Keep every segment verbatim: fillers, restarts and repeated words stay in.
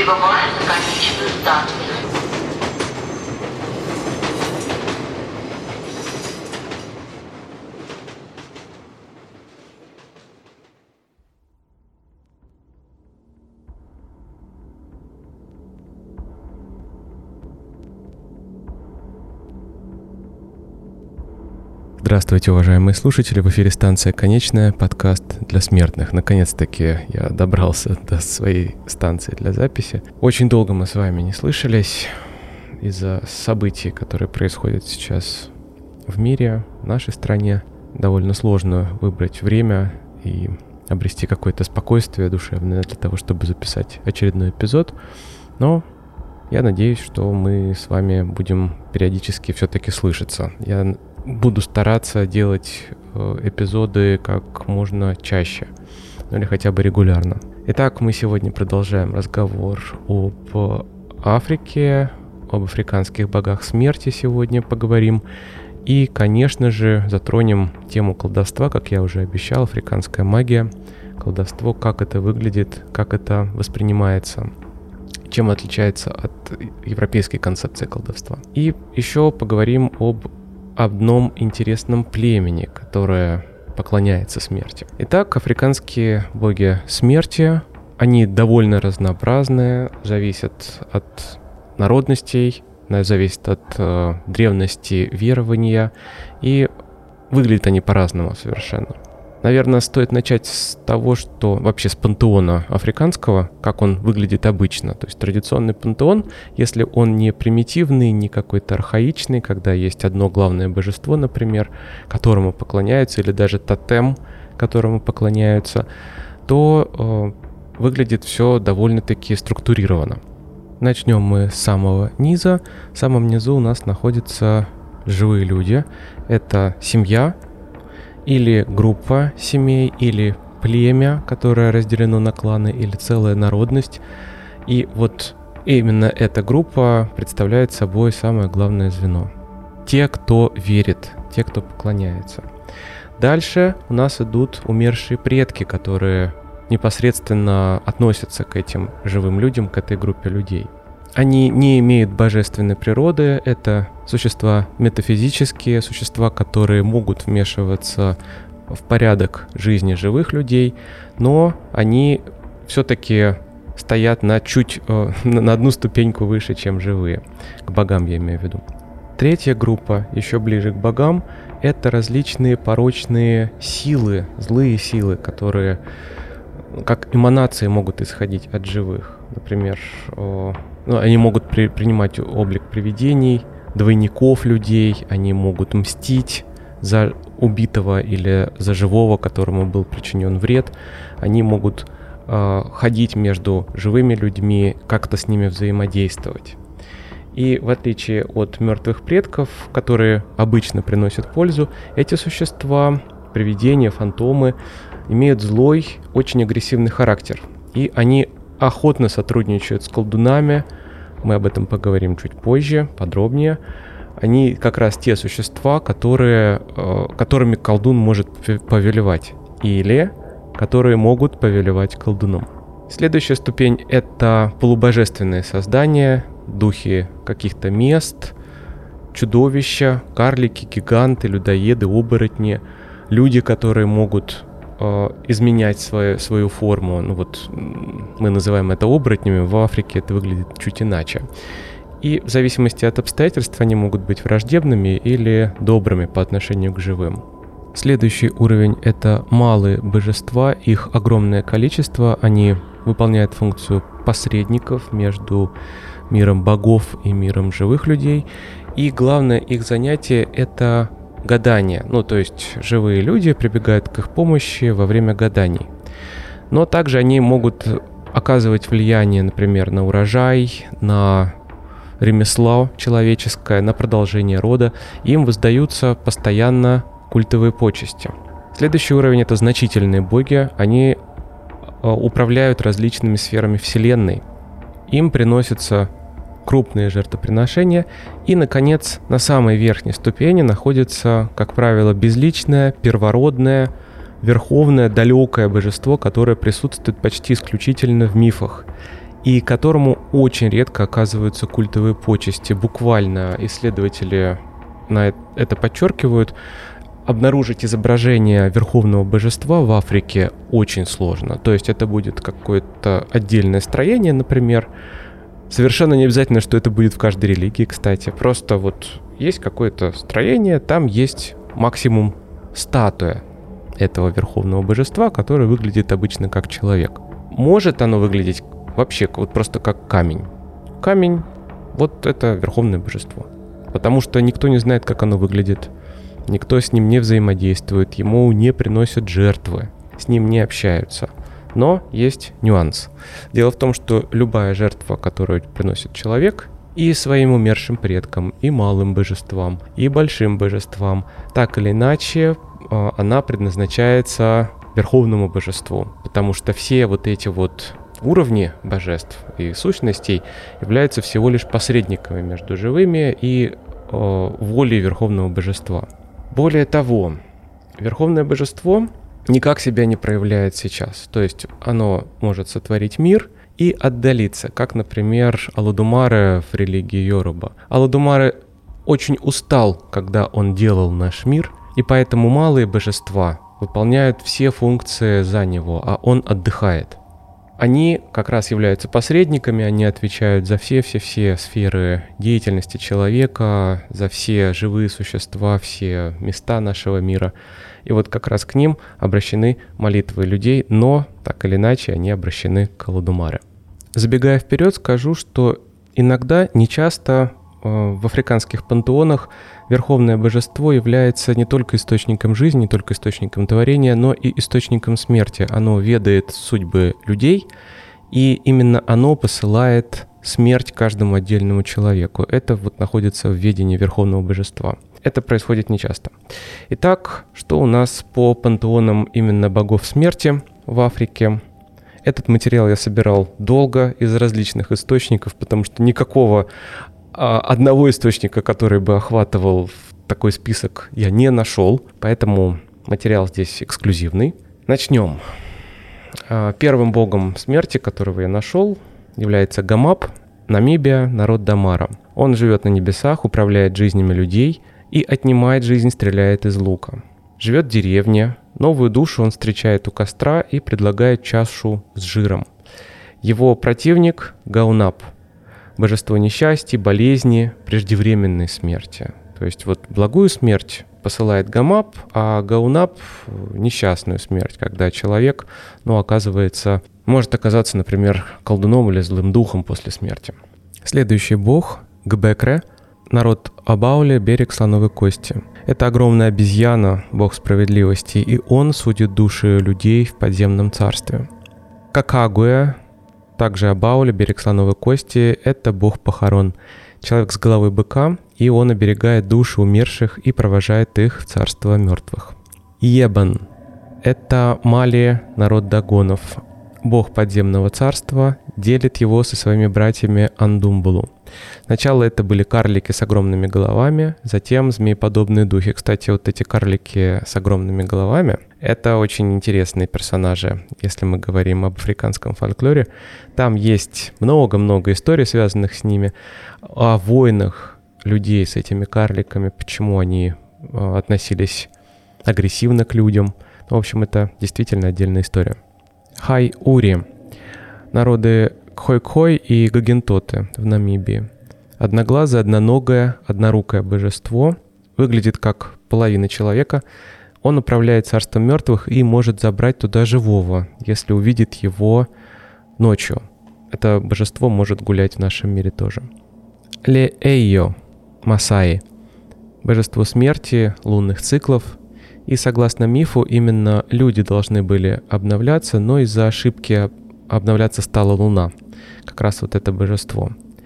Прибываем на конечную станцию. Здравствуйте, уважаемые слушатели, в эфире станция «Конечная», подкаст для смертных. Наконец-таки я добрался до своей станции для записи. Очень долго мы с вами не слышались из-за событий, которые происходят сейчас в мире, в нашей стране. Довольно сложно выбрать время и обрести какое-то спокойствие душевное для того, чтобы записать очередной эпизод. Но я надеюсь, что мы с вами будем периодически все-таки слышаться. Я буду стараться делать эпизоды как можно чаще, ну или хотя бы регулярно. Итак, мы сегодня продолжаем разговор об Африке, об африканских богах смерти сегодня поговорим. И, конечно же, затронем тему колдовства, как я уже обещал, африканская магия, колдовство, как это выглядит, как это воспринимается, чем отличается от европейской концепции колдовства. И еще поговорим об одном интересном племени, которое поклоняется смерти. Итак, африканские боги смерти, они довольно разнообразные, зависят от народностей, зависят от э, древности верования, и выглядят они по-разному совершенно. Наверное, стоит начать с того, что вообще с пантеона африканского, как он выглядит обычно. То есть традиционный пантеон, если он не примитивный, не какой-то архаичный, когда есть одно главное божество, например, которому поклоняются, или даже тотем, которому поклоняются, то э, выглядит все довольно-таки структурировано. Начнем мы с самого низа. В самом низу у нас находятся живые люди. Это семья, или группа семей, или племя, которое разделено на кланы, или целая народность. И вот именно эта группа представляет собой самое главное звено. Те, кто верит, те, кто поклоняется. Дальше у нас идут умершие предки, которые непосредственно относятся к этим живым людям, к этой группе людей. Они не имеют божественной природы, это существа метафизические, существа, которые могут вмешиваться в порядок жизни живых людей, но они все-таки стоят на чуть, э, на одну ступеньку выше, чем живые, к богам я имею в виду. Третья группа, еще ближе к богам, это различные порочные силы, злые силы, которые как эманации могут исходить от живых. Например, э, ну, они могут при, принимать облик привидений, двойников людей, они могут мстить за убитого или за живого, которому был причинен вред. Они могут э, ходить между живыми людьми, как-то с ними взаимодействовать. И в отличие от мертвых предков, которые обычно приносят пользу, эти существа, привидения, фантомы, имеют злой, очень агрессивный характер. И они охотно сотрудничают с колдунами, мы об этом поговорим чуть позже, подробнее. Они как раз те существа, которые, которыми колдун может повелевать, или которые могут повелевать колдуном. Следующая ступень — это полубожественные создания, духи каких-то мест, чудовища, карлики, гиганты, людоеды, оборотни, люди, которые могут изменять свою, свою форму. Ну вот мы называем это оборотнями, в Африке это выглядит чуть иначе. И в зависимости от обстоятельств они могут быть враждебными или добрыми по отношению к живым. Следующий уровень — это малые божества, их огромное количество, они выполняют функцию посредников между миром богов и миром живых людей. И главное их занятие — это гадания, ну то есть живые люди прибегают к их помощи во время гаданий. Но также они могут оказывать влияние, например, на урожай, на ремесло человеческое, на продолжение рода. Им воздаются постоянно культовые почести. Следующий уровень — это значительные боги. Они управляют различными сферами Вселенной. Им приносятся крупные жертвоприношения. И, наконец, на самой верхней ступени находится, как правило, безличное, первородное, верховное, далекое божество, которое присутствует почти исключительно в мифах. и которому очень редко оказываются культовые почести. Буквально исследователи на это подчеркивают. Обнаружить изображение верховного божества в Африке очень сложно. То есть это будет какое-то отдельное строение, например. Совершенно не обязательно, что это будет в каждой религии, кстати. Просто вот есть какое-то строение, там есть максимум статуя этого верховного божества, которое выглядит обычно как человек. Может оно выглядеть вообще вот просто как камень. Камень — вот это верховное божество. Потому что никто не знает, как оно выглядит. Никто с ним не взаимодействует, ему не приносят жертвы, с ним не общаются. Но есть нюанс. Дело в том, что любая жертва, которую приносит человек, и своим умершим предкам, и малым божествам, и большим божествам, так или иначе, она предназначается верховному божеству. Потому что все вот эти вот уровни божеств и сущностей являются всего лишь посредниками между живыми и э, волей верховного божества. Более того, верховное божество никак себя не проявляет сейчас. То есть оно может сотворить мир и отдалиться, как, например, Олодумаре в религии Йоруба. Олодумаре очень устал, когда он делал наш мир, и поэтому малые божества выполняют все функции за него, а он отдыхает. Они как раз являются посредниками, они отвечают за все-все-все сферы деятельности человека, за все живые существа, все места нашего мира. И вот как раз к ним обращены молитвы людей, но так или иначе они обращены к Олодумаре. Забегая вперед, скажу, что иногда, нечасто в африканских пантеонах верховное божество является не только источником жизни, не только источником творения, но и источником смерти. Оно ведает судьбы людей, и именно оно посылает смерть каждому отдельному человеку. Это вот находится в ведении верховного божества. Это происходит нечасто. Итак, что у нас по пантеонам именно богов смерти в Африке? Этот материал я собирал долго из различных источников, потому что никакого одного источника, который бы охватывал такой список, я не нашел, поэтому материал здесь эксклюзивный. Начнем. Первым богом смерти, которого я нашел, является Гамап, Намибия, народ Дамара. Он живет на небесах, управляет жизнями людей и отнимает жизнь, стреляет из лука. Живет в деревне, новую душу он встречает у костра и предлагает чашу с жиром. Его противник — Гаунап, божество несчастья, болезни, преждевременной смерти. То есть вот благую смерть посылает Гамап, а Гаунап — несчастную смерть, когда человек, ну, оказывается, может оказаться, например, колдуном или злым духом после смерти. Следующий бог — Гбекре, народ Абаули, берег слоновой кости. Это огромная обезьяна, бог справедливости, и он судит души людей в подземном царстве. Какагуэ, также Абаули, берег слоновой кости, это бог похорон. Человек с головой быка, и он оберегает души умерших и провожает их в царство мертвых. Ебан — это Мали, народ Дагонов. Бог подземного царства, делит его со своими братьями Андумбулу. Сначала это были карлики с огромными головами, затем змееподобные духи. Кстати, вот эти карлики с огромными головами — это очень интересные персонажи, если мы говорим об африканском фольклоре. Там есть много-много историй, связанных с ними, о войнах людей с этими карликами, почему они относились агрессивно к людям. В общем, это действительно отдельная история. Хай-Ури, народы Кхой-Кхой и Гагентоты в Намибии. Одноглазое, одноногое, однорукое божество, выглядит как половина человека. Он управляет царством мертвых и может забрать туда живого, если увидит его ночью. Это божество может гулять в нашем мире тоже. Ле-Эйо, Масаи, божество смерти, лунных циклов. И согласно мифу, именно люди должны были обновляться, но из-за ошибки обновляться стала Луна. Как раз вот это божество.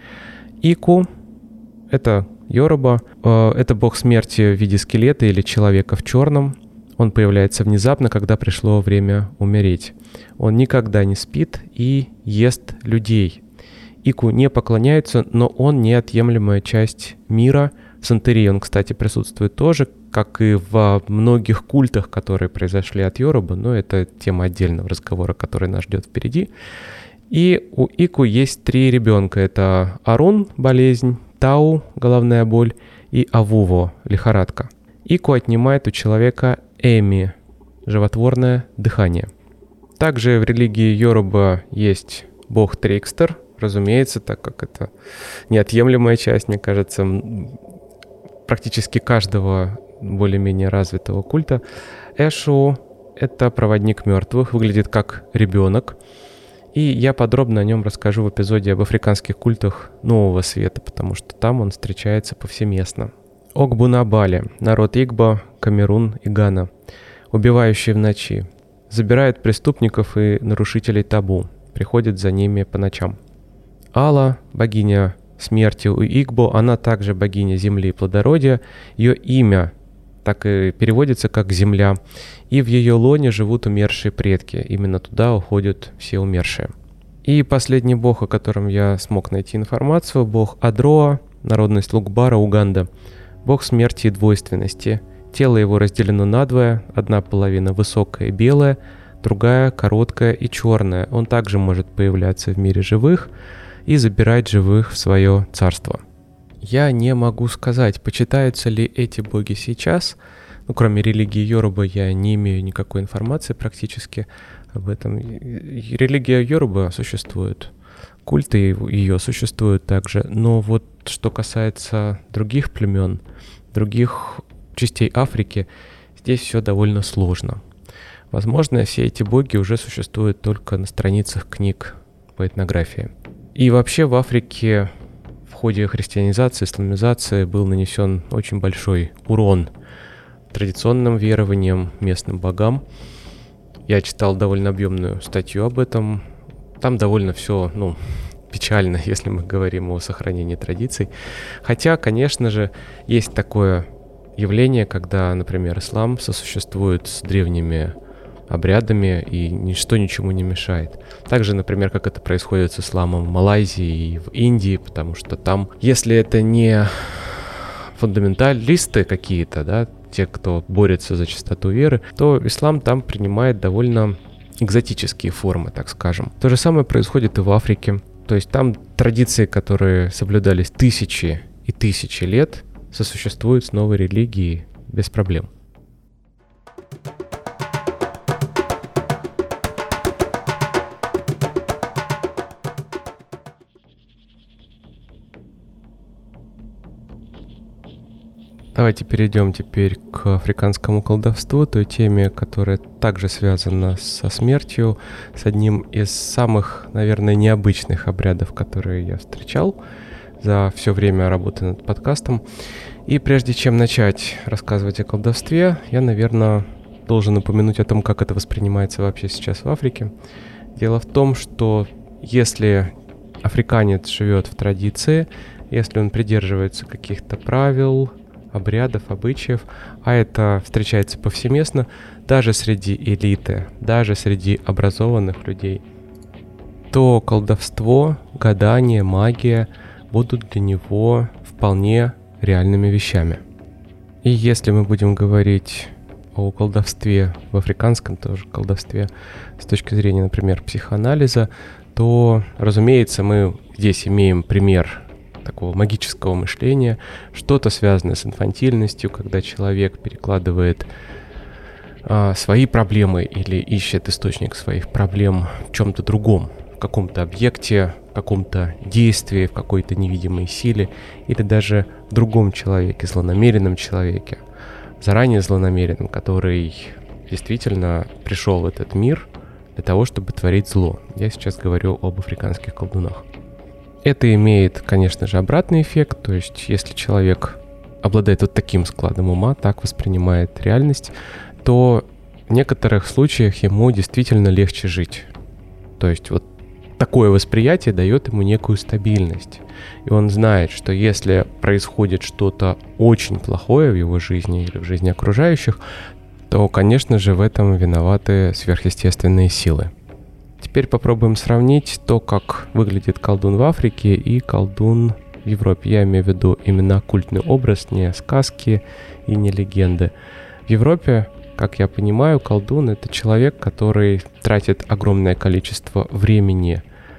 Ику — это Йоруба. Это бог смерти в виде скелета или человека в черном. Он появляется внезапно, когда пришло время умереть. Он никогда не спит и ест людей. Ику не поклоняется, но он неотъемлемая часть мира. В Сантерии он, кстати, присутствует тоже, как и во многих культах, которые произошли от Йорубы, но это тема отдельного разговора, который нас ждет впереди. И у Ику есть три ребенка. Это Арун – болезнь, Тау – головная боль и Авуво – лихорадка. Ику отнимает у человека Эми – животворное дыхание. Также в религии Йоруба есть бог Трикстер, разумеется, так как это неотъемлемая часть, мне кажется, практически каждого более-менее развитого культа. Эшу — это проводник мертвых, выглядит как ребенок. И я подробно о нем расскажу в эпизоде об африканских культах Нового Света, потому что там он встречается повсеместно. Огбунабали — народ Игбо, Камерун и Гана, убивающий в ночи, забирает преступников и нарушителей табу, приходит за ними по ночам. Алла — богиня смерти у Игбо, она также богиня земли и плодородия. Ее имя так и переводится как «земля», и в ее лоне живут умершие предки. Именно туда уходят все умершие. И последний бог, о котором я смог найти информацию, бог Адроа, народность Лукбара, Уганда, бог смерти и двойственности. Тело его разделено надвое, одна половина высокая и белая, другая короткая и черная. Он также может появляться в мире живых и забирать живых в свое царство. Я не могу сказать, почитаются ли эти боги сейчас. Ну, кроме религии Йоруба, я не имею никакой информации практически об этом. Религия Йоруба существует, культы ее существуют также. Но вот что касается других племен, других частей Африки, здесь все довольно сложно. Возможно, все эти боги уже существуют только на страницах книг по этнографии. И вообще в Африке в ходе христианизации, исламизации был нанесен очень большой урон традиционным верованиям, местным богам. Я читал довольно объемную статью об этом. Там довольно все, ну, печально, если мы говорим о сохранении традиций. Хотя, конечно же, есть такое явление, когда, например, ислам сосуществует с древними обрядами, и ничто ничему не мешает. Также, например, как это происходит с исламом в Малайзии и в Индии, потому что там, если это не фундаменталисты какие-то, да, те, кто борется за чистоту веры, то ислам там принимает довольно экзотические формы, так скажем. То же самое происходит и в Африке. То есть там традиции, которые соблюдались тысячи и тысячи лет, сосуществуют с новой религией без проблем. Давайте перейдем теперь к африканскому колдовству, той теме, которая также связана со смертью, с одним из самых, наверное, необычных обрядов, которые я встречал за все время работы над подкастом. И прежде чем начать рассказывать о колдовстве, я, наверное, должен упомянуть о том, как это воспринимается вообще сейчас в Африке. Дело в том, что если африканец живет в традиции, если он придерживается каких-то правил, обрядов, обычаев, а это встречается повсеместно, даже среди элиты, даже среди образованных людей, то колдовство, гадание, магия будут для него вполне реальными вещами. И если мы будем говорить о колдовстве в африканском тоже колдовстве с точки зрения, например, психоанализа, то, разумеется, мы здесь имеем пример такого магического мышления, что-то связанное с инфантильностью, когда человек перекладывает а, свои проблемы или ищет источник своих проблем в чем-то другом, в каком-то объекте, в каком-то действии, в какой-то невидимой силе, или даже в другом человеке, злонамеренном человеке, заранее злонамеренном, который действительно пришел в этот мир для того, чтобы творить зло. Я сейчас говорю об африканских колдунах. Это имеет, конечно же, обратный эффект, то есть если человек обладает вот таким складом ума, так воспринимает реальность, то в некоторых случаях ему действительно легче жить. То есть вот такое восприятие дает ему некую стабильность. И он знает, что если происходит что-то очень плохое в его жизни или в жизни окружающих, то, конечно же, в этом виноваты сверхъестественные силы. Теперь попробуем сравнить то, как выглядит колдун в Африке и колдун в Европе. Я имею в виду именно оккультный образ, не сказки и не легенды. В Европе, как я понимаю, колдун — это человек, который тратит огромное количество времени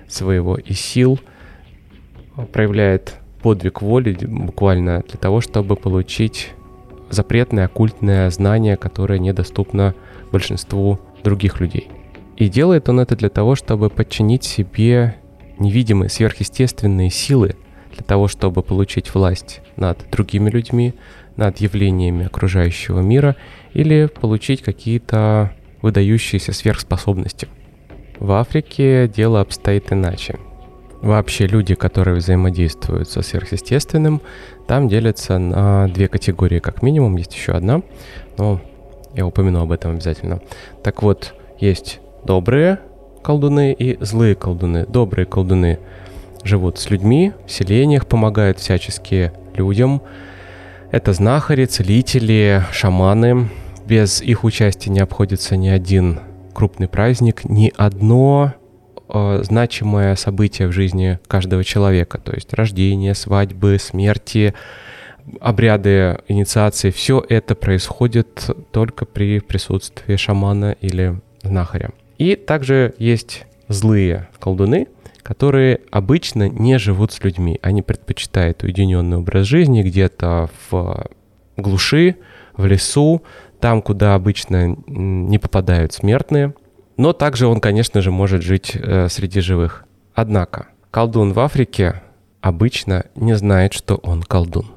своего и сил, проявляет подвиг воли буквально для того, чтобы получить запретное оккультное знание, которое недоступно большинству других людей. И делает он это для того, чтобы подчинить себе невидимые сверхъестественные силы, для того, чтобы получить власть над другими людьми, над явлениями окружающего мира или получить какие-то выдающиеся сверхспособности. В Африке дело обстоит иначе. Вообще люди, которые взаимодействуют со сверхъестественным, там делятся на две категории как минимум, есть еще одна, но я упомяну об этом обязательно. Так вот, есть добрые колдуны и злые колдуны. Добрые колдуны живут с людьми, в селениях, помогают всячески людям. Это знахари, целители, шаманы. Без их участия не обходится ни один крупный праздник, ни одно э, значимое событие в жизни каждого человека. То есть рождение, свадьбы, смерти, обряды инициации. Все это происходит только при присутствии шамана или знахаря. И также есть злые колдуны, которые обычно не живут с людьми. Они предпочитают уединенный образ жизни где-то в глуши, в лесу, там, куда обычно не попадают смертные. Но также он, конечно же, может жить э, среди живых. Однако колдун в Африке обычно не знает, что он колдун.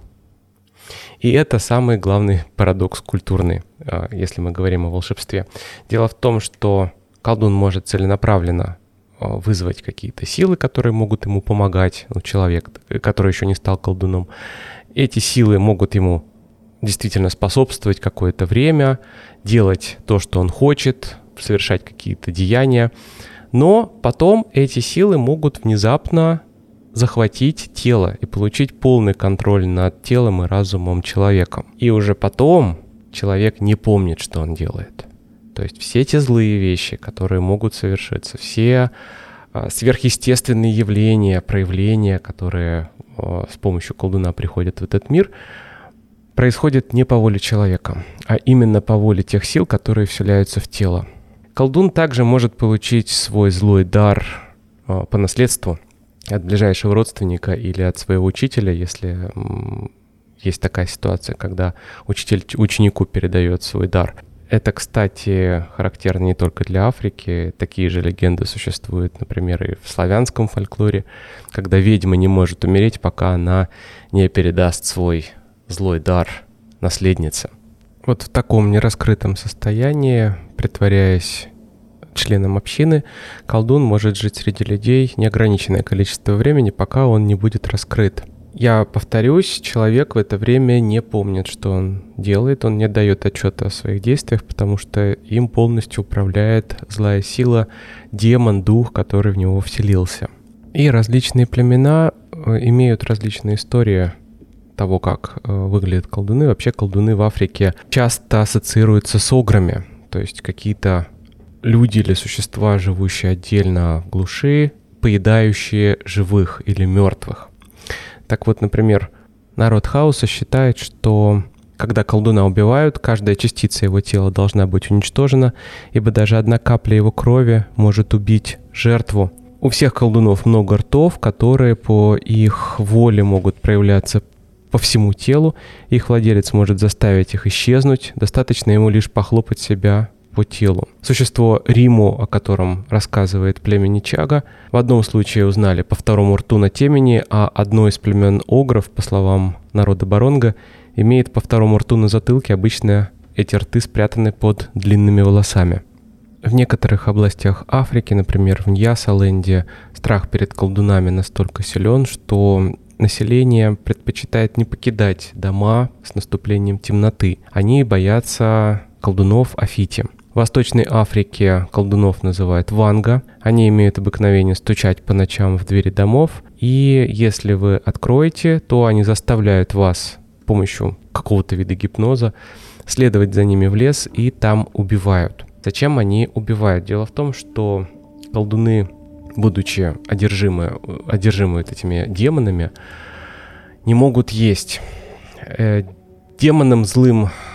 И это самый главный парадокс культурный, э, если мы говорим о волшебстве. Дело в том, что колдун может целенаправленно вызвать какие-то силы, которые могут ему помогать, ну, человек, который еще не стал колдуном. Эти силы могут ему действительно способствовать какое-то время, делать то, что он хочет, совершать какие-то деяния. Но потом эти силы могут внезапно захватить тело и получить полный контроль над телом и разумом человека. И уже потом человек не помнит, что он делает. То есть все те злые вещи, которые могут совершиться, все а, сверхъестественные явления, проявления, которые а, с помощью колдуна приходят в этот мир, происходят не по воле человека, а именно по воле тех сил, которые вселяются в тело. Колдун также может получить свой злой дар а, по наследству от ближайшего родственника или от своего учителя, если м, есть такая ситуация, когда учитель ученику передает свой дар. Это, кстати, характерно не только для Африки. Такие же легенды существуют, например, и в славянском фольклоре, когда ведьма не может умереть, пока она не передаст свой злой дар наследнице. Вот в таком нераскрытом состоянии, притворяясь членом общины, колдун может жить среди людей неограниченное количество времени, пока он не будет раскрыт. Я повторюсь, человек в это время не помнит, что он делает, он не дает отчета о своих действиях, потому что им полностью управляет злая сила, демон, дух, который в него вселился. И различные племена имеют различные истории того, как выглядят колдуны. Вообще колдуны в Африке часто ассоциируются с ограми, то есть какие-то люди или существа, живущие отдельно в глуши, поедающие живых или мертвых. Так вот, например, народ хаоса считает, что когда колдуна убивают, каждая частица его тела должна быть уничтожена, ибо даже одна капля его крови может убить жертву. У всех колдунов много ртов, которые по их воле могут проявляться по всему телу. Их владелец может заставить их исчезнуть, достаточно ему лишь похлопать себя по телу. Существо Риму, о котором рассказывает племя Ничага, в одном случае узнали по второму рту на темени, а одно из племен огров, по словам народа Боронга, имеет по второму рту на затылке. Обычно эти рты спрятаны под длинными волосами. В некоторых областях Африки, например, в Ньясаленде, страх перед колдунами настолько силен, что население предпочитает не покидать дома с наступлением темноты. Они боятся колдунов Афити. В Восточной Африке колдунов называют ванга. Они имеют обыкновение стучать по ночам в двери домов, и если вы откроете, то они заставляют вас с помощью какого-то вида гипноза следовать за ними в лес и там убивают. Зачем они убивают? Дело в том, что колдуны, будучи одержимы, одержимы этими демонами, не могут есть. Демонам злым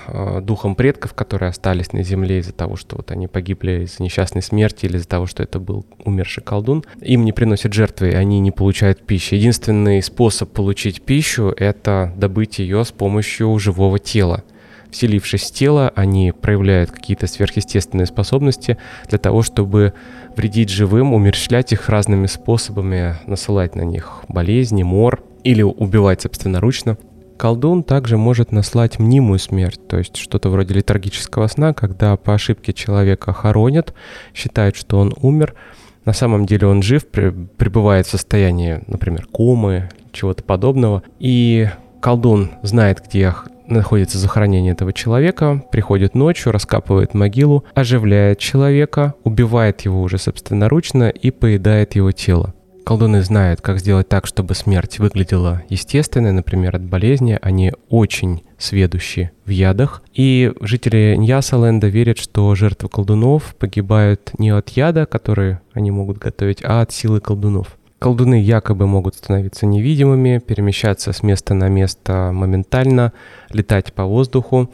э, духом предков, которые остались на земле из-за того, что вот они погибли из-за несчастной смерти или из-за того, что это был умерший колдун. Им не приносят жертвы, и они не получают пищи. Единственный способ получить пищу — это добыть ее с помощью живого тела. Вселившись в тело, они проявляют какие-то сверхъестественные способности для того, чтобы вредить живым, умерщвлять их разными способами, насылать на них болезни, мор или убивать собственноручно. Колдун также может наслать мнимую смерть, то есть что-то вроде летаргического сна, когда по ошибке человека хоронят, считают, что он умер. На самом деле он жив, пребывает в состоянии, например, комы, чего-то подобного. И колдун знает, где находится захоронение этого человека, приходит ночью, раскапывает могилу, оживляет человека, убивает его уже собственноручно и поедает его тело. Колдуны знают, как сделать так, чтобы смерть выглядела естественной, например, от болезни. Они очень сведущи в ядах. И жители Ньясаленда верят, что жертвы колдунов погибают не от яда, который они могут готовить, а от силы колдунов. Колдуны якобы могут становиться невидимыми, перемещаться с места на место моментально, летать по воздуху.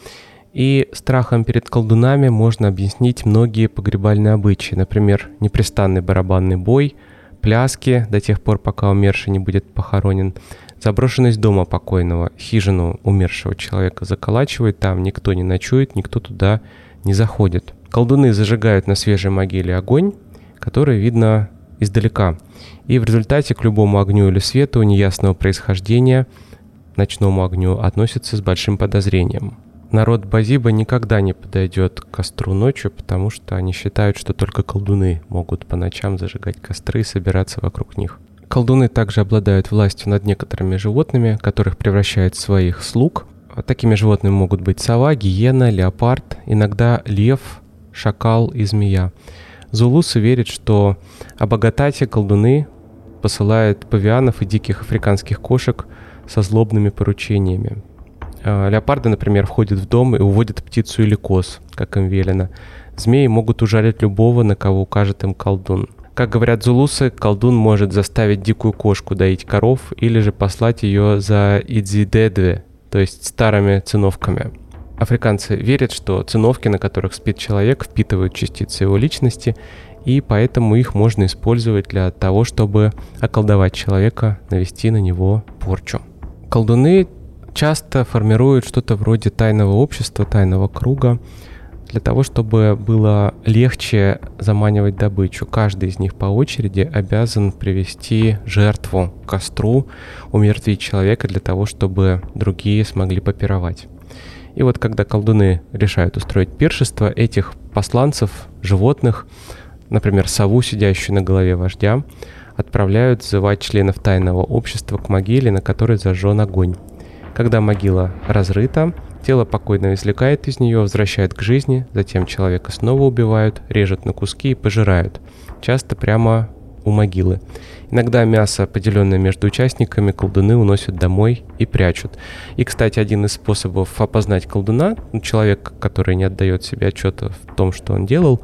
И страхом перед колдунами можно объяснить многие погребальные обычаи. Например, непрестанный барабанный бой, пляски до тех пор, пока умерший не будет похоронен, заброшенность дома покойного, хижину умершего человека заколачивают, там никто не ночует, никто туда не заходит. Колдуны зажигают на свежей могиле огонь, который видно издалека. И в результате к любому огню или свету неясного происхождения, ночному огню, относятся с большим подозрением. Народ Базиба никогда не подойдет к костру ночью, потому что они считают, что только колдуны могут по ночам зажигать костры и собираться вокруг них. Колдуны также обладают властью над некоторыми животными, которых превращают в своих слуг. Такими животными могут быть сова, гиена, леопард, иногда лев, шакал и змея. Зулусы верят, что Абагатати колдуны посылают павианов и диких африканских кошек со злобными поручениями. Леопарды, например, входят в дом и уводят птицу или коз, как им велено. Змеи могут ужалить любого, на кого укажет им колдун. Как говорят зулусы, колдун может заставить дикую кошку доить коров или же послать ее за идзидедве, то есть старыми циновками. Африканцы верят, что циновки, на которых спит человек, впитывают частицы его личности, и поэтому их можно использовать для того, чтобы околдовать человека, навести на него порчу. Колдуны часто формируют что-то вроде тайного общества, тайного круга, для того, чтобы было легче заманивать добычу. Каждый из них по очереди обязан привести жертву к костру, умертвить человека для того, чтобы другие смогли попировать. И вот когда колдуны решают устроить пиршество, этих посланцев, животных, например, сову, сидящую на голове вождя, отправляют взывать членов тайного общества к могиле, на которой зажжен огонь. Когда могила разрыта, тело покойного извлекают из нее, возвращают к жизни, затем человека снова убивают, режут на куски и пожирают, часто прямо у могилы. Иногда мясо, поделенное между участниками, колдуны уносят домой и прячут. И, кстати, один из способов опознать колдуна, человек, который не отдает себе отчета в том, что он делал,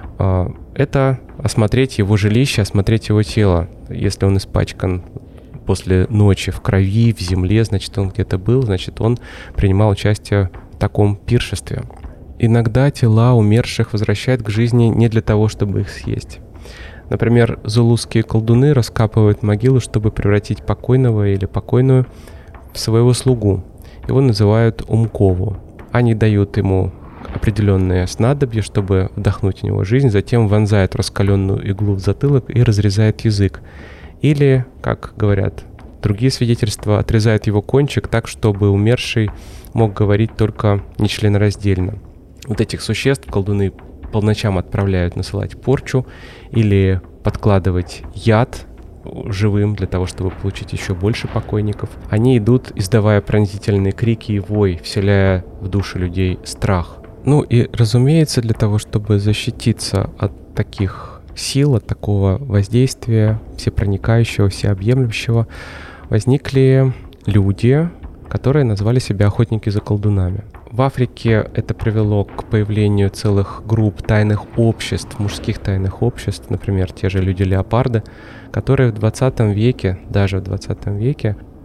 это осмотреть его жилище, осмотреть его тело. Если он испачкан после ночи в крови, в земле, значит, он где-то был, значит, он принимал участие в таком пиршестве. Иногда тела умерших возвращают к жизни не для того, чтобы их съесть. Например, зулусские колдуны раскапывают могилу, чтобы превратить покойного или покойную в своего слугу. Его называют умкову. Они дают ему определенные снадобья, чтобы вдохнуть в него жизнь, затем вонзают раскаленную иглу в затылок и разрезают язык. Или, как говорят другие свидетельства, отрезают его кончик так, чтобы умерший мог говорить только нечленораздельно. Вот этих существ колдуны по ночам отправляют насылать порчу или подкладывать яд живым для того, чтобы получить еще больше покойников. Они идут, издавая пронзительные крики и вой, вселяя в души людей страх. Ну и, разумеется, для того, чтобы защититься от таких сил, от такого воздействия всепроникающего, всеобъемлющего, возникли люди, которые назвали себя охотники за колдунами. В Африке это привело к появлению целых групп тайных обществ, мужских тайных обществ, например, те же люди-леопарды, которые в двадцатом веке, даже в двадцатом веке,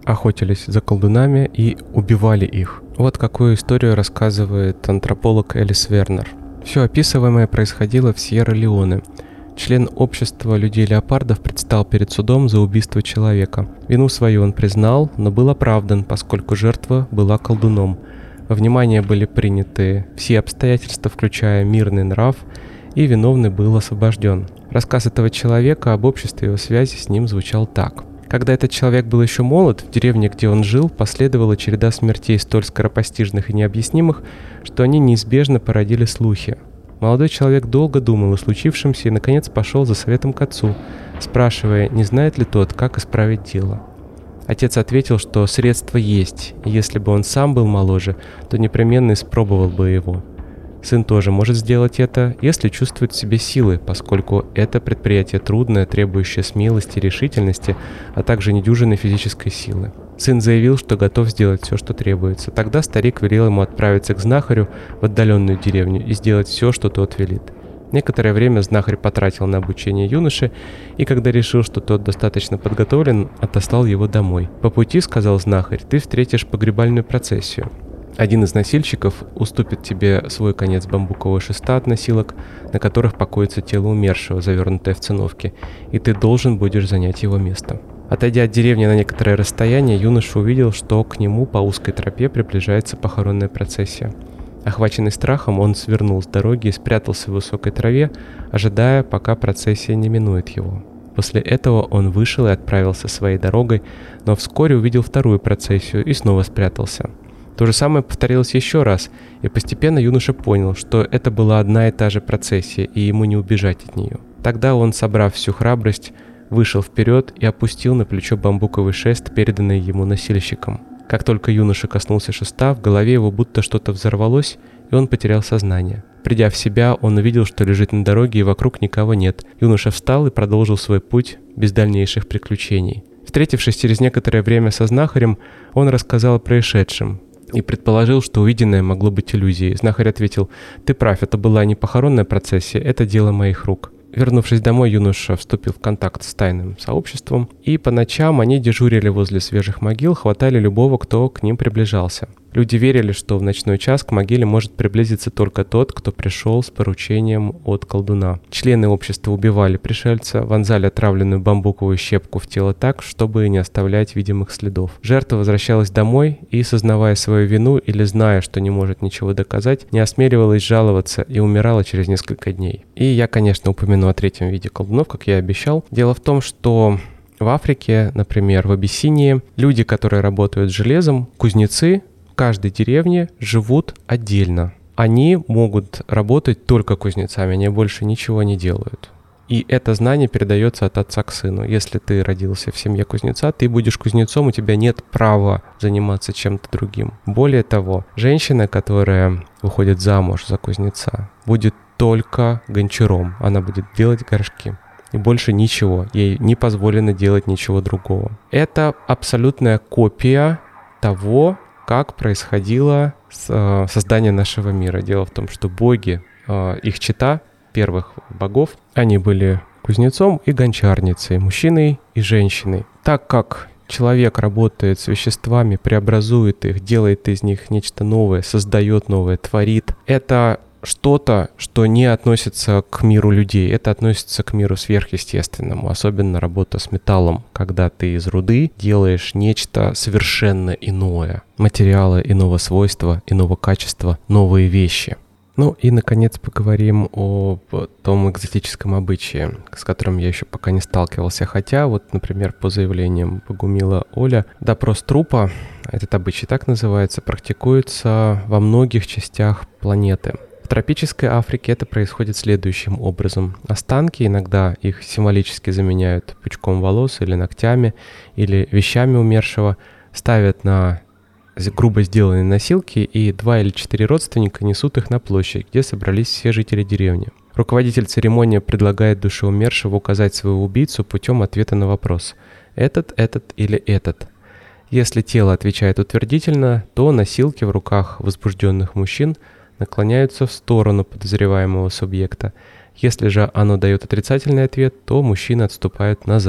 охотились за колдунами и убивали их. Вот какую историю рассказывает антрополог Элис Вернер. Все описываемое происходило в Сьерра-Леоне. Член общества людей-леопардов предстал перед судом за убийство человека. Вину свою он признал, но был оправдан, поскольку жертва была колдуном. Во внимание были приняты все обстоятельства, включая мирный нрав, и виновный был освобожден. Рассказ этого человека об обществе и его связи с ним звучал так. Когда этот человек был еще молод, в деревне, где он жил, последовала череда смертей столь скоропостижных и необъяснимых, что они неизбежно породили слухи. Молодой человек долго думал о случившемся и, наконец, пошел за советом к отцу, спрашивая, не знает ли тот, как исправить дело. Отец ответил, что средства есть, и если бы он сам был моложе, то непременно испробовал бы его. Сын тоже может сделать это, если чувствует в себе силы, поскольку это предприятие трудное, требующее смелости и решительности, а также недюжинной физической силы. Сын заявил, что готов сделать все, что требуется. Тогда старик велел ему отправиться к знахарю в отдаленную деревню и сделать все, что тот велит. Некоторое время знахарь потратил на обучение юноши, и когда решил, что тот достаточно подготовлен, отослал его домой. «По пути, — сказал знахарь, — ты встретишь погребальную процессию. Один из носильщиков уступит тебе свой конец бамбукового шеста от носилок, на которых покоится тело умершего, завернутое в циновки, и ты должен будешь занять его место». Отойдя от деревни на некоторое расстояние, юноша увидел, что к нему по узкой тропе приближается похоронная процессия. Охваченный страхом, он свернул с дороги и спрятался в высокой траве, ожидая, пока процессия не минует его. После этого он вышел и отправился своей дорогой, но вскоре увидел вторую процессию и снова спрятался. То же самое повторилось еще раз, и постепенно юноша понял, что это была одна и та же процессия, и ему не убежать от нее. Тогда он, собрав всю храбрость, вышел вперед и опустил на плечо бамбуковый шест, переданный ему носильщиком. Как только юноша коснулся шеста, в голове его будто что-то взорвалось, и он потерял сознание. Придя в себя, он увидел, что лежит на дороге, и вокруг никого нет. Юноша встал и продолжил свой путь без дальнейших приключений. Встретившись через некоторое время со знахарем, он рассказал о происшедшем и предположил, что увиденное могло быть иллюзией. Знахарь ответил: «Ты прав, это была не похоронная процессия, это дело моих рук». Вернувшись домой, юноша вступил в контакт с тайным сообществом, и по ночам они дежурили возле свежих могил, хватали любого, кто к ним приближался. Люди верили, что в ночной час к могиле может приблизиться только тот, кто пришел с поручением от колдуна. Члены общества убивали пришельца, вонзали отравленную бамбуковую щепку в тело так, чтобы не оставлять видимых следов. Жертва возвращалась домой и, сознавая свою вину или зная, что не может ничего доказать, не осмеливалась жаловаться и умирала через несколько дней. И я, конечно, упомяну о третьем виде колдунов, как я и обещал. Дело в том, что в Африке, например, в Абиссинии, люди, которые работают с железом, кузнецы, в каждой деревне живут отдельно. Они могут работать только кузнецами, они больше ничего не делают. И это знание передается от отца к сыну. Если ты родился в семье кузнеца, ты будешь кузнецом, у тебя нет права заниматься чем-то другим. Более того, женщина, которая выходит замуж за кузнеца, будет только гончаром. Она будет делать горшки. И больше ничего. Ей не позволено делать ничего другого. Это абсолютная копия того, как происходило создание нашего мира. Дело в том, что боги, их чета первых богов, они были кузнецом и гончарницей, мужчиной и женщиной. Так как человек работает с веществами, преобразует их, делает из них нечто новое, создает новое, творит, это что-то, что не относится к миру людей, это относится к миру сверхъестественному, особенно работа с металлом, когда ты из руды делаешь нечто совершенно иное, материалы иного свойства, иного качества, новые вещи. Ну и, наконец, поговорим о том экзотическом обычае, с которым я еще пока не сталкивался. Хотя, вот, например, по заявлениям Богумила Оля, допрос трупа, этот обычай так называется, практикуется во многих частях планеты. В тропической Африке это происходит следующим образом. Останки, иногда их символически заменяют пучком волос или ногтями, или вещами умершего, ставят на грубо сделанные носилки, и два или четыре родственника несут их на площадь, где собрались все жители деревни. Руководитель церемонии предлагает душе умершего указать своего убийцу путем ответа на вопрос: «Этот, этот или этот?». Если тело отвечает утвердительно, то носилки в руках возбужденных мужчин наклоняются в сторону подозреваемого субъекта. Если же оно дает отрицательный ответ, то мужчины отступают назад.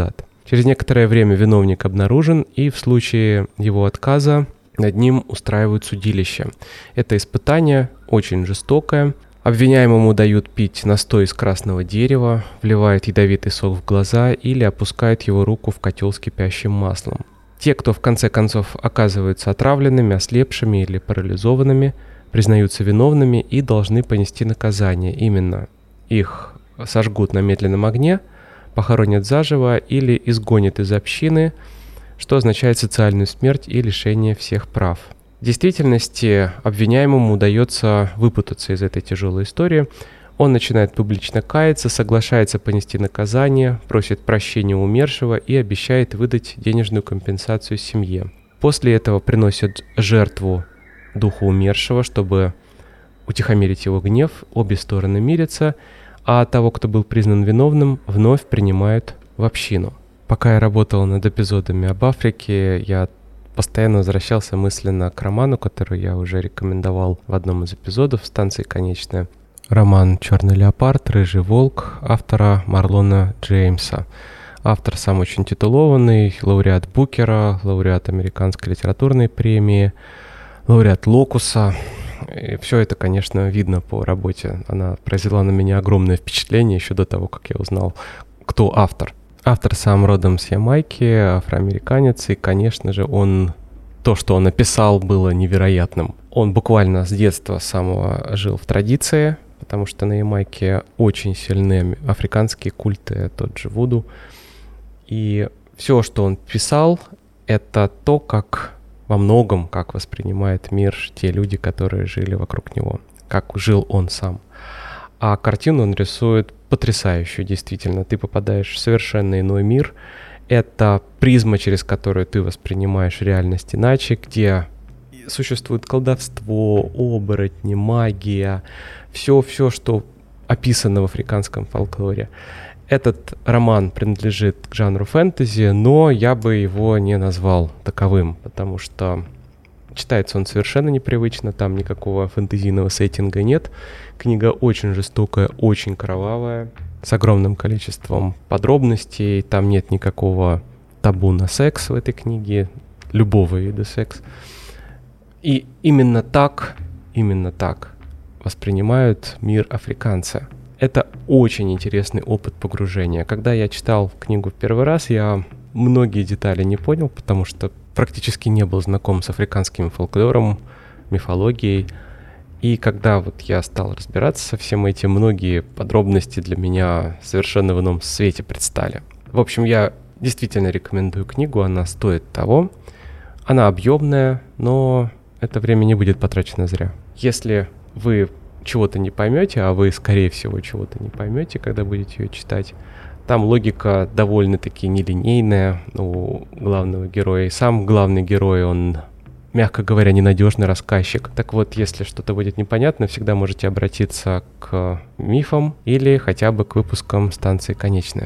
Через некоторое время виновник обнаружен, и в случае его отказа над ним устраивают судилище. Это испытание очень жестокое. Обвиняемому дают пить настой из красного дерева, вливают ядовитый сок в глаза или опускают его руку в котел с кипящим маслом. Те, кто в конце концов оказываются отравленными, ослепшими или парализованными, признаются виновными и должны понести наказание. Именно их сожгут на медленном огне, похоронят заживо или изгонят из общины, что означает социальную смерть и лишение всех прав. В действительности обвиняемому удается выпутаться из этой тяжелой истории. Он начинает публично каяться, соглашается понести наказание, просит прощения у умершего и обещает выдать денежную компенсацию семье. После этого приносят жертву духу умершего, чтобы утихомирить его гнев. Обе стороны мирятся, а того, кто был признан виновным, вновь принимают в общину. Пока я работал над эпизодами об Африке, я постоянно возвращался мысленно к роману, который я уже рекомендовал в одном из эпизодов станции «Конечная». Роман «Черный леопард. Рыжий волк» автора Марлона Джеймса. Автор сам очень титулованный, лауреат Букера, лауреат Американской литературной премии, лауреат Локуса. И все это, конечно, видно по работе. Она произвела на меня огромное впечатление еще до того, как я узнал, кто автор. Автор сам родом с Ямайки, афроамериканец, и, конечно же, он, то, что он написал, было невероятным. Он буквально с детства самого жил в традиции, потому что на Ямайке очень сильны африканские культы, тот же вуду. И все, что он писал, это то, как во многом, как воспринимает мир те люди, которые жили вокруг него, как жил он сам. А картину он рисует потрясающую, действительно. Ты попадаешь в совершенно иной мир. Это призма, через которую ты воспринимаешь реальность иначе, где существует колдовство, оборотни, магия, все-все, что описано в африканском фольклоре. Этот роман принадлежит к жанру фэнтези, но я бы его не назвал таковым, потому что читается он совершенно непривычно, там никакого фэнтезийного сеттинга нет. Книга очень жестокая, очень кровавая, с огромным количеством подробностей. Там нет никакого табу на секс в этой книге, любого вида секс. И именно так, именно так воспринимают мир африканцы. Это очень интересный опыт погружения. Когда я читал книгу в первый раз, я многие детали не понял, потому что практически не был знаком с африканским фольклором, мифологией. И когда вот я стал разбираться со всем этим, многие подробности для меня совершенно в ином свете предстали. В общем, я действительно рекомендую книгу, она стоит того. Она объемная, но это время не будет потрачено зря. Если вы чего-то не поймете, а вы, скорее всего, чего-то не поймете, когда будете ее читать, там логика довольно-таки нелинейная у главного героя. И сам главный герой, он, мягко говоря, ненадежный рассказчик. Так вот, если что-то будет непонятно, всегда можете обратиться к мифам или хотя бы к выпускам станции «Конечная».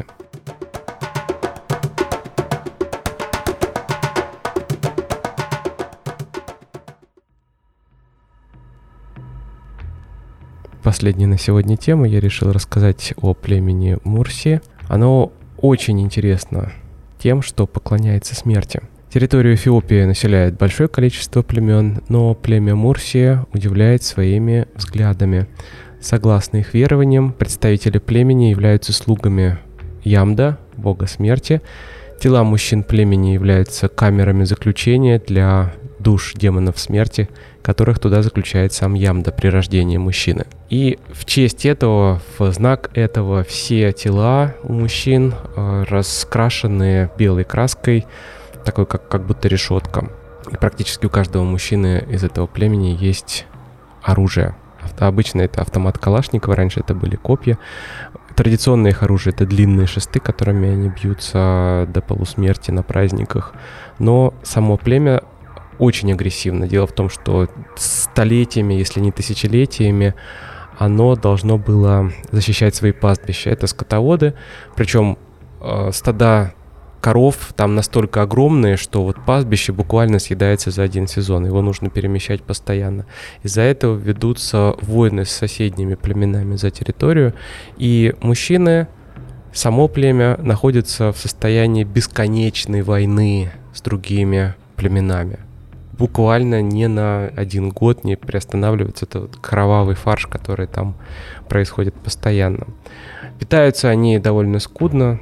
Последняя на сегодня тема. Я решил рассказать о племени Мурси. Оно очень интересно тем, что поклоняется смерти. Территорию Эфиопии населяет большое количество племен, но племя Мурси удивляет своими взглядами. Согласно их верованиям, представители племени являются слугами Ямда, бога смерти. Тела мужчин племени являются камерами заключения для душ демонов смерти, которых туда заключает сам Ямда при рождении мужчины. И в честь этого, в знак этого, все тела у мужчин э, раскрашены белой краской, такой как, как будто решетка. И практически у каждого мужчины из этого племени есть оружие. Обычно это автомат Калашникова, раньше это были копья. Традиционное их оружие — это длинные шесты, которыми они бьются до полусмерти на праздниках. Но само племя очень агрессивно. Дело в том, что столетиями, если не тысячелетиями, оно должно было защищать свои пастбища. Это скотоводы, причем э, стада коров там настолько огромные, что вот пастбище буквально съедается за один сезон. Его нужно перемещать постоянно. Из-за этого ведутся войны с соседними племенами за территорию. И мужчины Само племя находится в состоянии бесконечной войны с другими племенами. Буквально не на один год не приостанавливается этот кровавый фарш, который там происходит постоянно. Питаются они довольно скудно,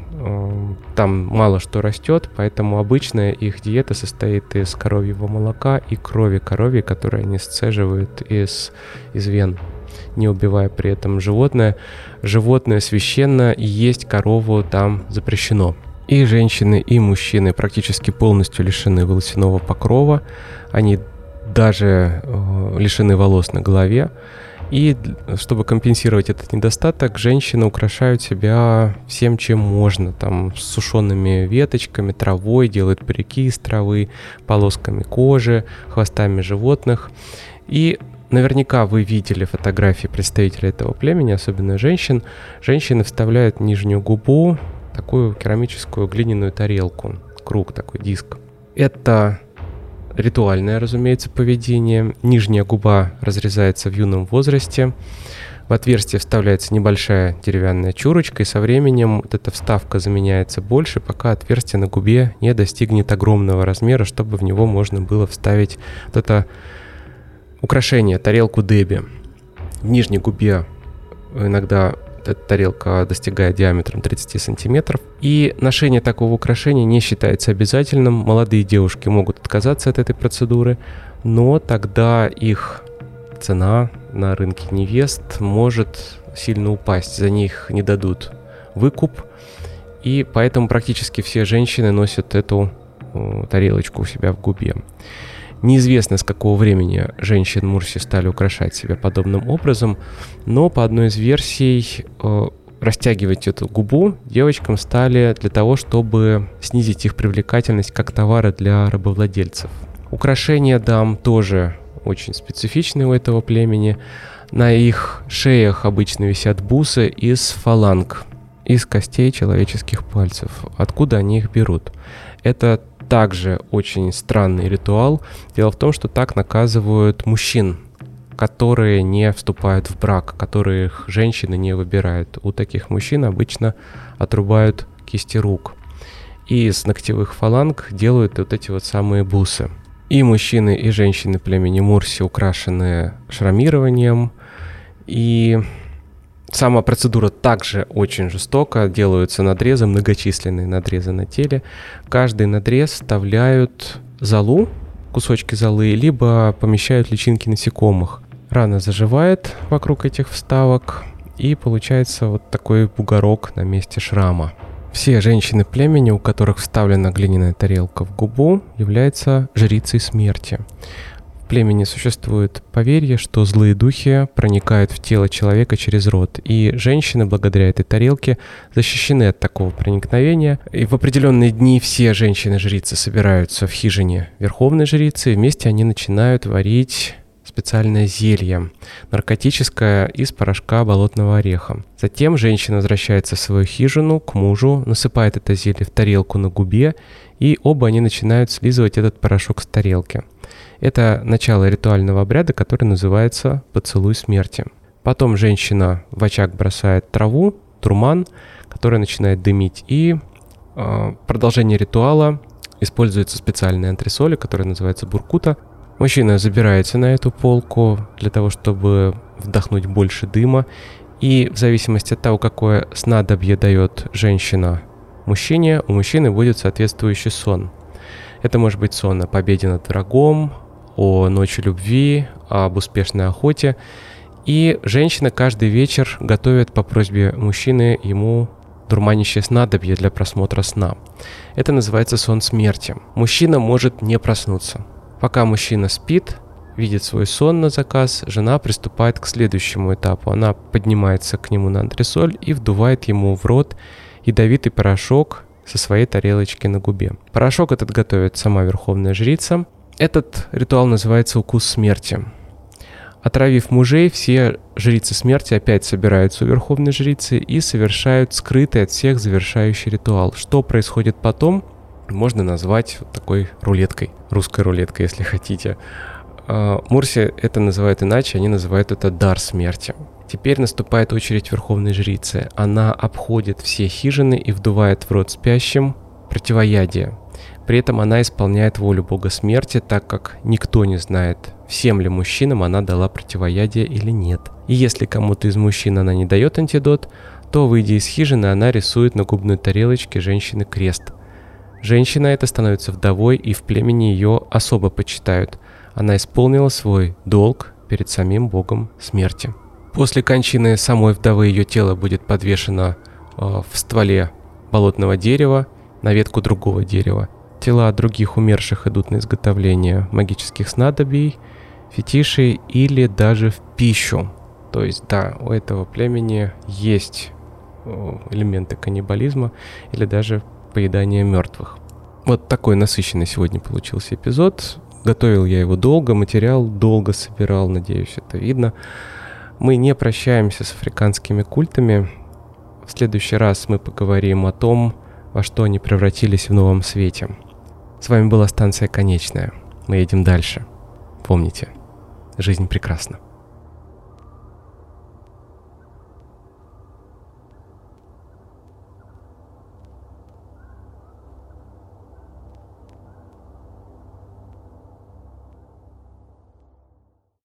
там мало что растет, поэтому обычная их диета состоит из коровьего молока и крови коровьей, которую они сцеживают из, из вен, не убивая при этом животное. Животное священно, и есть корову там запрещено. И женщины, и мужчины практически полностью лишены волосяного покрова. Они даже э, лишены волос на голове. И чтобы компенсировать этот недостаток, женщины украшают себя всем, чем можно. Там с сушеными веточками, травой, делают парики из травы, полосками кожи, хвостами животных. И наверняка вы видели фотографии представителей этого племени, особенно женщин. Женщины вставляют в нижнюю губу такую керамическую глиняную тарелку, круг такой, диск. Это ритуальное, разумеется, поведение. Нижняя губа разрезается в юном возрасте. В отверстие вставляется небольшая деревянная чурочка, и со временем вот эта вставка заменяется больше, пока отверстие на губе не достигнет огромного размера, чтобы в него можно было вставить вот это украшение, тарелку Деби. В нижней губе иногда эта тарелка достигает диаметром тридцать сантиметров. И ношение такого украшения не считается обязательным. Молодые девушки могут отказаться от этой процедуры, но тогда их цена на рынке невест может сильно упасть. За них не дадут выкуп. И поэтому практически все женщины носят эту тарелочку у себя в губе. Неизвестно, с какого времени женщины Мурси стали украшать себя подобным образом, но по одной из версий э, растягивать эту губу девочкам стали для того, чтобы снизить их привлекательность как товара для рабовладельцев. Украшения дам тоже очень специфичные у этого племени. На их шеях обычно висят бусы из фаланг, из костей человеческих пальцев. Откуда они их берут? Это также очень странный ритуал. Дело в том, что так наказывают мужчин, которые не вступают в брак, которых женщины не выбирают. У таких мужчин обычно отрубают кисти рук. И из ногтевых фаланг делают вот эти вот самые бусы. И мужчины, и женщины племени Мурси украшены шрамированием. И сама процедура также очень жестока. Делаются надрезы, многочисленные надрезы на теле. Каждый надрез вставляют золу, кусочки золы, либо помещают личинки насекомых. Рана заживает вокруг этих вставок, и получается вот такой бугорок на месте шрама. Все женщины племени, у которых вставлена глиняная тарелка в губу, являются жрицей смерти. В племени существует поверье, что злые духи проникают в тело человека через рот, и женщины, благодаря этой тарелке, защищены от такого проникновения. И в определенные дни все женщины-жрицы собираются в хижине верховной жрицы, и вместе они начинают варить специальное зелье, наркотическое, из порошка болотного ореха. Затем женщина возвращается в свою хижину к мужу, насыпает это зелье в тарелку на губе, и оба они начинают слизывать этот порошок с тарелки. Это начало ритуального обряда, который называется «поцелуй смерти». Потом женщина в очаг бросает траву, турман, который начинает дымить, и э, продолжение ритуала используется специальные антресоли, которые называются буркута. Мужчина забирается на эту полку для того, чтобы вдохнуть больше дыма, и в зависимости от того, какое снадобье дает женщина мужчине, у мужчины будет соответствующий сон. Это может быть сон о победе над врагом, о ночи любви, об успешной охоте. И женщина каждый вечер готовит по просьбе мужчины ему дурманящее снадобье для просмотра сна. Это называется сон смерти. Мужчина может не проснуться. Пока мужчина спит, видит свой сон на заказ, жена приступает к следующему этапу. Она поднимается к нему на антресоль и вдувает ему в рот ядовитый порошок со своей тарелочки на губе. Порошок этот готовит сама верховная жрица. Этот ритуал называется «укус смерти». Отравив мужей, все жрицы смерти опять собираются у верховной жрицы и совершают скрытый от всех завершающий ритуал. Что происходит потом, можно назвать вот такой рулеткой, русской рулеткой, если хотите. Мурси это называют иначе, они называют это дар смерти. Теперь наступает очередь верховной жрицы. Она обходит все хижины и вдувает в рот спящим противоядие. При этом она исполняет волю бога смерти, так как никто не знает, всем ли мужчинам она дала противоядие или нет. И если кому-то из мужчин она не дает антидот, то, выйдя из хижины, она рисует на губной тарелочке женщины крест. Женщина эта становится вдовой, и в племени ее особо почитают. Она исполнила свой долг перед самим богом смерти. После кончины самой вдовы ее тело будет подвешено э, в стволе болотного дерева на ветку другого дерева. Тела других умерших идут на изготовление магических снадобий, фетишей или даже в пищу. То есть, да, у этого племени есть элементы каннибализма или даже поедания мертвых. Вот такой насыщенный сегодня получился эпизод. Готовил я его долго, материал долго собирал, надеюсь, это видно. Мы не прощаемся с африканскими культами. В следующий раз мы поговорим о том, во что они превратились в новом свете. С вами была станция «Конечная». Мы едем дальше. Помните, жизнь прекрасна.